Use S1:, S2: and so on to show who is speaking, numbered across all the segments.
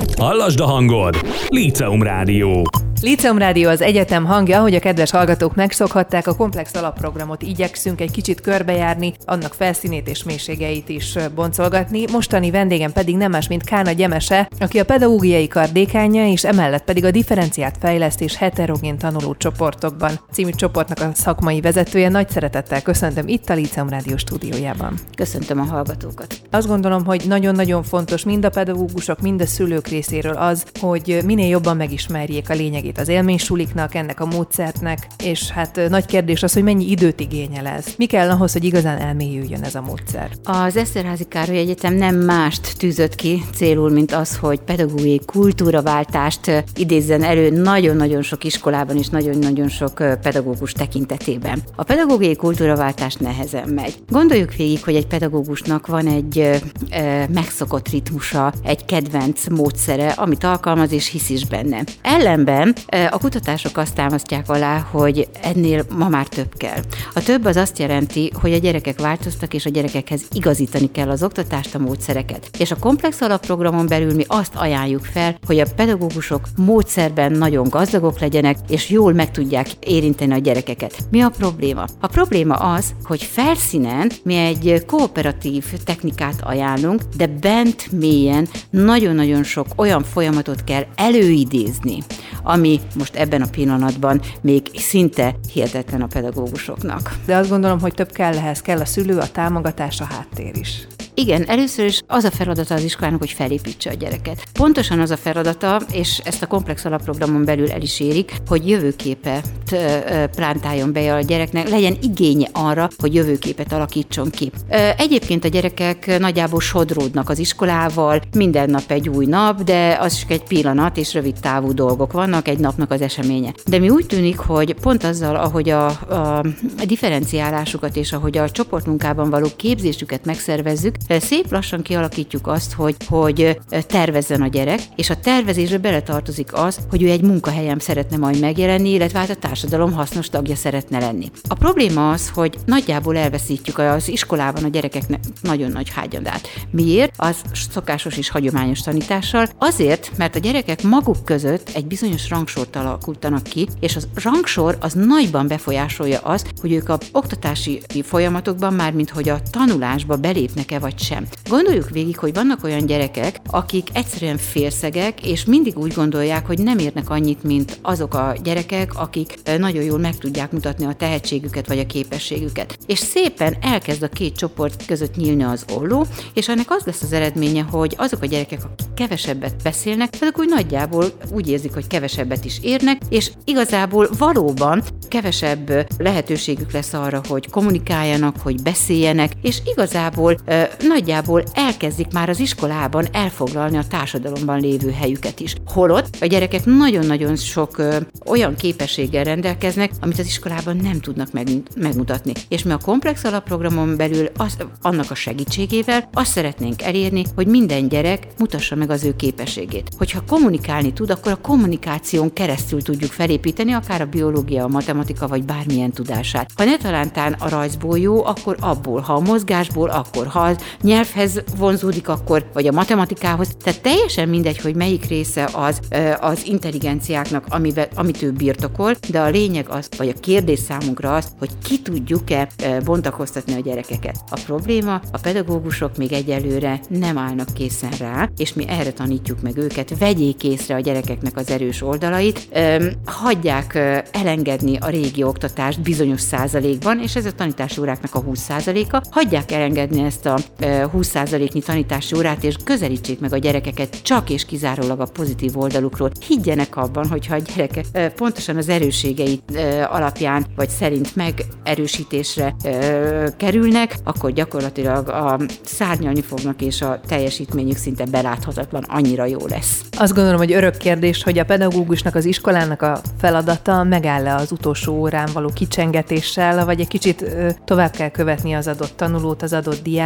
S1: Hallasd a hangod! Líceum Rádió.
S2: Líceum Rádió az egyetem hangja, hogy a kedves hallgatók megszokhatták, a komplex alapprogramot igyekszünk egy kicsit körbejárni, annak felszínét és mélységeit is boncolgatni. Mostani vendégem pedig nem más, mint Kána Gyemese, aki a pedagógiai kar dékánja, és emellett pedig a differenciált fejlesztés heterogén tanulócsoportokban című csoportnak a szakmai vezetője. Nagy szeretettel köszöntöm itt a Líceum Rádió stúdiójában.
S3: Köszöntöm a hallgatókat.
S2: Azt gondolom, hogy nagyon-nagyon fontos mind a pedagógusok, mind a szülők részéről az, hogy minél jobban megismerjék a lényegét az élménysuliknak, ennek a módszertnek, és hát nagy kérdés az, hogy mennyi időt igényel ez. Mi kell ahhoz, hogy igazán elmélyüljön ez a módszer?
S3: Az Eszterházy Károly Egyetem nem mást tűzött ki célul, mint az, hogy pedagógiai kultúraváltást idézzen elő nagyon-nagyon sok iskolában és nagyon-nagyon sok pedagógus tekintetében. A pedagógiai kultúraváltás nehezen megy. Gondoljuk végig, hogy egy pedagógusnak van egy megszokott ritmusa, egy kedvenc módszere, amit alkalmaz és hisz is benne. Ellenben a kutatások azt támasztják alá, hogy ennél ma már több kell. A több az azt jelenti, hogy a gyerekek változtak, és a gyerekekhez igazítani kell az oktatást, a módszereket. És a komplex alapprogramon belül mi azt ajánljuk fel, hogy a pedagógusok módszerben nagyon gazdagok legyenek, és jól meg tudják érinteni a gyerekeket. Mi a probléma? A probléma az, hogy felszínen mi egy kooperatív technikát ajánlunk, de bent mélyen nagyon-nagyon sok olyan folyamatot kell előidézni, ami most ebben a pillanatban még szinte hihetetlen a pedagógusoknak.
S2: De azt gondolom, hogy több kell ehhez, kell a szülő, a támogatás, a háttér is.
S3: Igen, először is az a feladata az iskolának, hogy felépítse a gyereket. Pontosan az a feladata, és ezt a komplex alapprogramon belül el is érik, hogy jövőképet plántáljon be a gyereknek, legyen igénye arra, hogy jövőképet alakítson ki. Egyébként a gyerekek nagyjából sodródnak az iskolával, minden nap egy új nap, de az csak egy pillanat, és rövid távú dolgok vannak, egy napnak az eseménye. De mi úgy tűnik, hogy pont azzal, ahogy a differenciálásukat és ahogy a csoportmunkában való képzésüket megszervezzük, szép lassan kialakítjuk azt, hogy tervezzen a gyerek, és a tervezésbe beletartozik az, hogy ő egy munkahelyen szeretne majd megjelenni, illetve hát a társadalom hasznos tagja szeretne lenni. A probléma az, hogy nagyjából elveszítjük az iskolában a gyerekeknek nagyon nagy hágyadát. Miért? Az szokásos és hagyományos tanítással. Azért, mert a gyerekek maguk között egy bizonyos rangsort alakítanak ki, és az rangsor az nagyban befolyásolja azt, hogy ők a oktatási folyamatokban mármint hogy a tanulásba belépnek-e vagy sem. Gondoljuk végig, hogy vannak olyan gyerekek, akik egyszerűen félszegek, és mindig úgy gondolják, hogy nem érnek annyit, mint azok a gyerekek, akik nagyon jól meg tudják mutatni a tehetségüket vagy a képességüket. És szépen elkezd a két csoport között nyílni az olló, és ennek az lesz az eredménye, hogy azok a gyerekek, akik kevesebbet beszélnek, azok úgy nagyjából úgy érzik, hogy kevesebbet is érnek, és igazából valóban kevesebb lehetőségük lesz arra, hogy kommunikáljanak, hogy beszéljenek, és igazából nagyjából elkezdik már az iskolában elfoglalni a társadalomban lévő helyüket is. Holott a gyerekek nagyon-nagyon sok olyan képességgel rendelkeznek, amit az iskolában nem tudnak megmutatni. És mi a komplex alapprogramon belül annak a segítségével azt szeretnénk elérni, hogy minden gyerek mutassa meg az ő képességét. Hogyha kommunikálni tud, akkor a kommunikáción keresztül tudjuk felépíteni akár a biológia, a matematika vagy bármilyen tudását. Ha ne talántán a rajzból jó, akkor abból, ha a mozgásból, akkor ha a nyelvhez vonzódik, akkor vagy a matematikához. Tehát teljesen mindegy, hogy melyik része az intelligenciáknak, amit ő birtokol, de a lényeg az, vagy a kérdés számunkra az, hogy ki tudjuk-e bontakoztatni a gyerekeket. A probléma, a pedagógusok még egyelőre nem állnak készen rá, és mi erre tanítjuk meg őket, vegyék észre a gyerekeknek az erős oldalait, hagyják elengedni a régi oktatást bizonyos százalékban, és ez a tanítási óráknak a 20%-a, hagyják elengedni ezt a 20%-nyi tanítási órát, és közelítsék meg a gyerekeket csak és kizárólag a pozitív oldalukról. Higgyenek abban, hogyha a gyerekek pontosan az erősségeit alapján vagy szerint megerősítésre kerülnek, akkor gyakorlatilag szárnyalni fognak, és a teljesítményük szinte beláthatatlan, annyira jó lesz.
S2: Azt gondolom, hogy örök kérdés, hogy a pedagógusnak, az iskolának a feladata megáll-e az utolsó órán való kicsengetéssel, vagy egy kicsit tovább kell követni az adott tanulót, az adott diákot,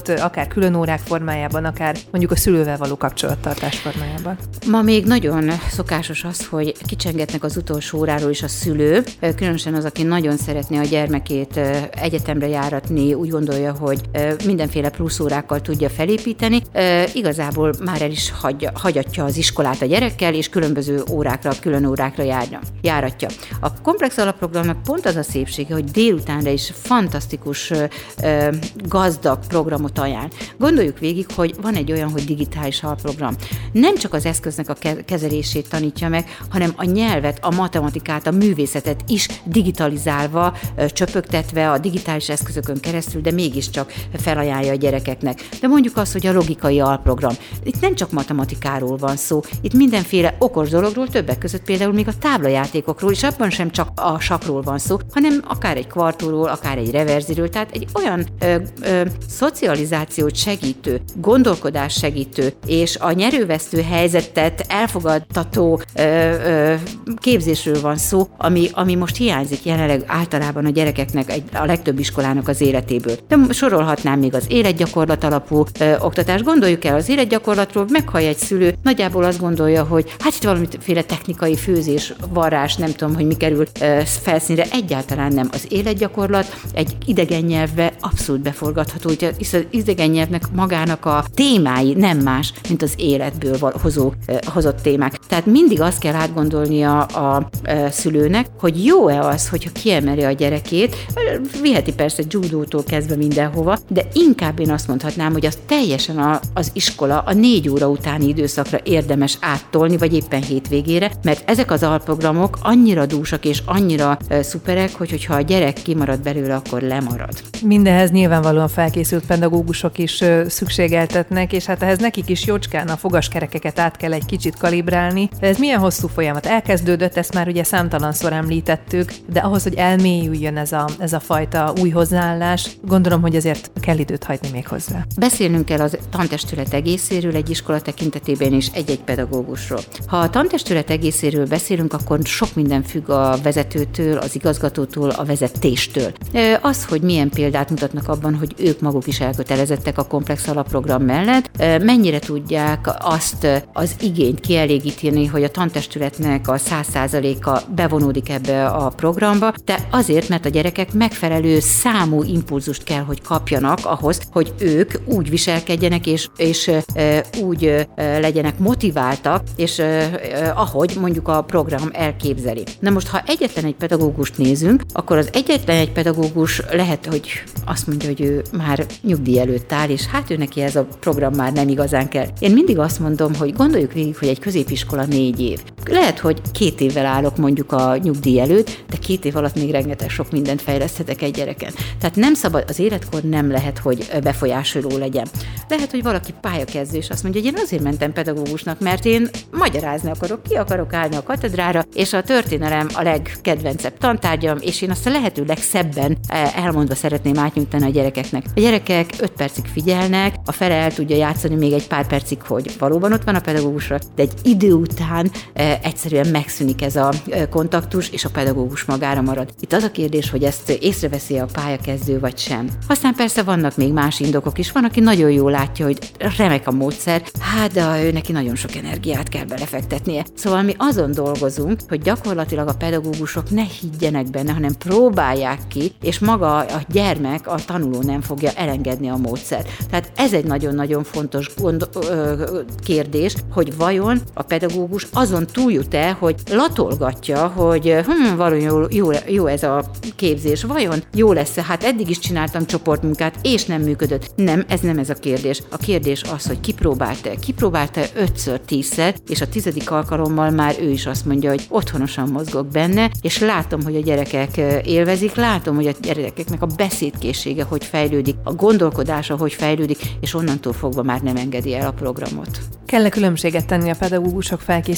S2: akár külön órák formájában, akár mondjuk a szülővel való kapcsolattartás formájában?
S3: Ma még nagyon szokásos az, hogy kicsengetnek az utolsó óráról is a szülő, különösen az, aki nagyon szeretné a gyermekét egyetemre járatni, úgy gondolja, hogy mindenféle plusz órákkal tudja felépíteni, igazából már el is hagyatja az iskolát a gyerekkel, és különböző órákra, külön órákra járatja. A komplex alapprogramnak pont az a szépsége, hogy délutánra is fantasztikus, gazdag programot ajánl. Gondoljuk végig, hogy van egy olyan, hogy digitális alapprogram. Nem csak az eszköznek a kezelését tanítja meg, hanem a nyelvet, a matematikát, a művészetet is digitalizálva, csöpögtetve a digitális eszközökön keresztül, de mégiscsak felajánlja a gyerekeknek. De mondjuk azt, hogy a logikai alprogram. Itt nem csak matematikáról van szó, itt mindenféle okos dologról, többek között például még a táblajátékokról, és abban sem csak a sakról van szó, hanem akár egy kvartóról, akár egy reverziről, tehát egy olyan szocializációt segítő, gondolkodás segítő, és a nyerővesztő helyzetet elfogadtató képzésről van szó, ami most hiányzik jelenleg általában a gyerekeknek, a legtöbb iskolának az életéből. De sorolhatnám még az életgyakorlat alapú oktatást. Gondoljuk el, az életgyakorlatról meghallja egy szülő, nagyjából azt gondolja, hogy hát itt valamiféle technikai főzés, varrás, nem tudom, hogy mi kerül felszínre, egyáltalán nem. Az életgyakorlat egy idegen nyelvbe abszolút beforgatható, hisz az idegen nyelvnek magának a témái nem más, mint az életből hozott témák. Tehát mindig azt kell átgondolnia a szülőnek, hogy jó-e az, hogyha kiemeli a gyerekét, viheti persze judótól kezdve mindenhova, de inkább én azt mondhatnám, hogy az teljesen az iskola a 4 óra utáni időszakra érdemes áttolni, vagy éppen hétvégére, mert ezek az alprogramok annyira dúsak és annyira szuperek, hogyha a gyerek kimarad belőle, akkor lemarad.
S2: Mindehez nyilvánvalóan felkészült pedagógusok is szükségeltetnek, és hát ehhez nekik is jócskán a fogaskerekeket át kell egy kicsit kalibrálni. De ez milyen hosszú folyamat? Elkezdődött, ezt már ugye számtalanszor említettük, de ahhoz, hogy elmélyüljön ez a fajta új hozzáállás, gondolom, hogy azért kell időt hagyni még hozzá.
S3: Beszélnünk kell az tantestület egészéről, egy iskola tekintetében is egy-egy pedagógusról. Ha a tantestület egészéről beszélünk, akkor sok minden függ a vezetőtől, az igazgatótól, a vezetéstől. Az, hogy milyen példát mutatnak abban, hogy ők maguk is elkötelezettek a komplex alapprogram mellett, mennyire tudják azt az igényt kielégíteni, hogy a tantestületnek a 100%-a bevonódik ebbe a programba, de azért, mert a gyerekek megfelelő számú impulzust kell, hogy kapjanak ahhoz, hogy ők úgy viselkedjenek, és úgy legyenek motiváltak, és ahogy mondjuk a program elképzeli. Na most, ha egyetlen egy pedagógust nézünk, akkor az egyetlen egy pedagógus lehet, hogy azt mondja, hogy ő már nyugdíj előtt áll, és hát ő neki ez a program már nem igazán kell. Én mindig azt mondom, hogy gondoljuk végig, hogy egy középiskola 4 év. Lehet, hogy 2 évvel állok mondjuk a nyugdíj előtt, de 2 év alatt még rengeteg sok mindent fejleszthetek egy gyereken. Tehát nem szabad, az életkor nem lehet, hogy befolyásoló legyen. Lehet, hogy valaki pályakezdő, és azt mondja, hogy én azért mentem pedagógusnak, mert én magyarázni akarok, ki akarok állni a katedrára, és a történelem a legkedvencebb tantárgyam, és én azt a lehető legszebben elmondva szeretném átnyújtani a gyerekeknek. A gyerekek 5 percig figyelnek, a fele el tudja játszani még egy pár percig, hogy valóban ott van a pedagógusra, de egy idő után egyszerűen megszűnik ez a kontaktus, és a pedagógus magára marad. Itt az a kérdés, hogy ezt észreveszi a pályakezdő, vagy sem. Aztán persze vannak még más indokok is, van, aki nagyon jól látja, hogy remek a módszer, hát de ő neki nagyon sok energiát kell belefektetnie. Szóval mi azon dolgozunk, hogy gyakorlatilag a pedagógusok ne higgyenek benne, hanem próbálják ki, és maga a gyermek, a tanuló nem fogja elengedni a módszert. Tehát ez egy nagyon-nagyon fontos kérdés, hogy vajon a pedagógus azon túljut-e, hogy latolgatja, hogy valójában jó ez a képzés, vajon jó lesz-e? Hát eddig is csináltam csoportmunkát, és nem működött. Nem, ez nem ez a kérdés. A kérdés az, hogy kipróbálta 5-ször, 10-szer, és a 10. alkalommal már ő is azt mondja, hogy otthonosan mozgok benne, és látom, hogy a gyerekek élvezik, látom, hogy a gyerekeknek a beszédkészsége hogy fejlődik, a gondolkodása hogy fejlődik, és onnantól fogva már nem engedi el a programot.
S2: Kell-e különbséget tenni a pedagógusok felkészítésében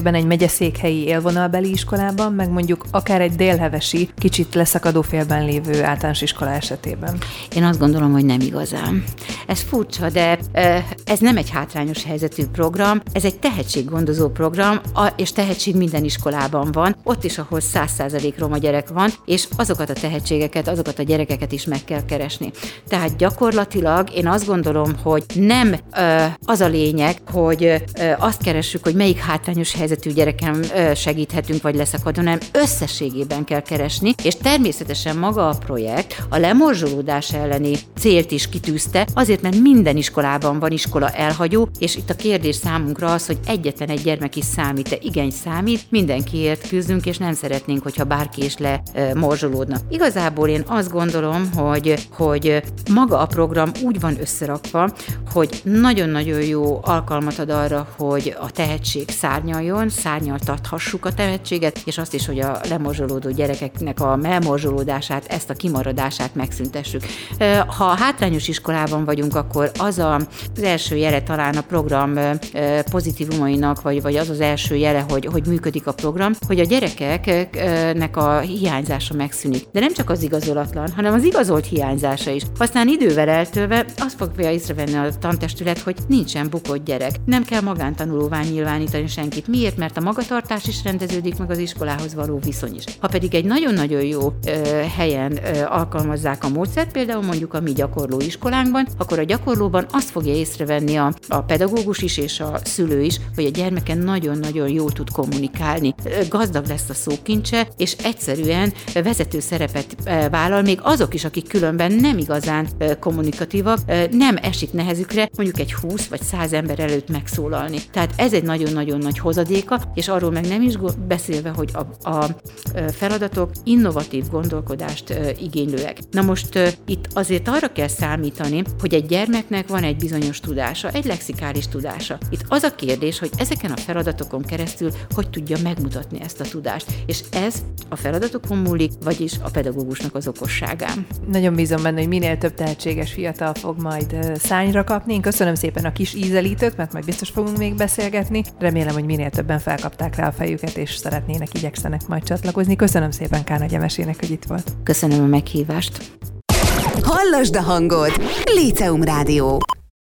S2: esetben egy megyeszékhelyi élvonalbeli iskolában, meg mondjuk akár egy délhevesi, kicsit leszakadó félben lévő általános iskola esetében?
S3: Én azt gondolom, hogy nem igazán. Ez furcsa, de ez nem egy hátrányos helyzetű program, ez egy tehetséggondozó program, és tehetség minden iskolában van, ott is, ahol 100% roma gyerek van, és azokat a tehetségeket, azokat a gyerekeket is meg kell keresni. Tehát gyakorlatilag én azt gondolom, hogy nem az a lényeg, hogy azt keressük, hogy melyik hátrányos helyzetű gyereken segíthetünk, vagy leszakadó, hanem összességében kell keresni, és természetesen maga a projekt a lemorzsolódás elleni célt is kitűzte, azért, mert minden iskolában van iskola elhagyó, és itt a kérdés számunkra az, hogy egyetlen egy gyermek is számít-e. Igen, számít, mindenkiért küzdünk, és nem szeretnénk, hogyha bárki is lemorzsolódna. Igazából én azt gondolom, hogy maga a program úgy van összerakva, hogy nagyon-nagyon jó alkalmat ad arra, hogy a tehetség szárnyaljon, szárnyaltathassuk a tehetséget, és azt is, hogy a lemorzsolódó gyerekeknek a lemorzsolódását, ezt a kimaradását megszüntessük. Ha hátrányos iskolában vagyunk, akkor az első jele talán a program pozitívumainak, vagy az az első jele, hogy működik a program, hogy a gyerekeknek a hiányzása megszűnik. De nem csak az igazolatlan, hanem az igazolt hiányzása is. Aztán idővel eltölve azt fogja észrevenni a tantestület, hogy nincsen bukott gyerek. Nem kell magántanulóvá nyilvánítani senkit. Miért? Mert a magatartás is rendeződik, meg az iskolához való viszony is. Ha pedig egy nagyon-nagyon jó helyen alkalmazzák a módszert, például mondjuk a mi gyakorló iskolánkban, akkor a gyakorlóban azt fogja észrevenni a pedagógus is és a szülő is, hogy a gyermeke nagyon-nagyon jól tud kommunikálni. Gazdag lesz a szókincse, és egyszerűen vezető szerepet vállal, még azok is, akik különben nem igazán kommunikatívak, nem esik nehezükre mondjuk egy 20 vagy 100 ember előtt megszólalni. Tehát ez egy nagyon-nagyon nagy hozadéka, és arról meg nem is beszélve, hogy a feladatok innovatív gondolkodást igénylőek. Na most itt azért arra kell számítani, hogy egy gyermeknek van egy bizonyos tudása, egy lexikális tudása. Itt az a kérdés, hogy ezeken a feladatokon keresztül hogy tudja megmutatni ezt a tudást. És ez a feladatokon múlik, vagyis a pedagógusnak az okosságán.
S2: Nagyon bízom benne, hogy minél több tehetséges fiatal fog majd szárnyra kapni. Én köszönöm szépen a kis ízelítőt, mert majd biztos fogunk még beszélgetni. Remélem, hogy minél többen felkapták rá a fejüket, és szeretnének, igyekszenek majd csatlakozni. Köszönöm szépen Kán Nagy Emesének, hogy itt volt.
S3: Köszönöm a meghívást.
S4: Hallasd a hangod! Líceum Rádió.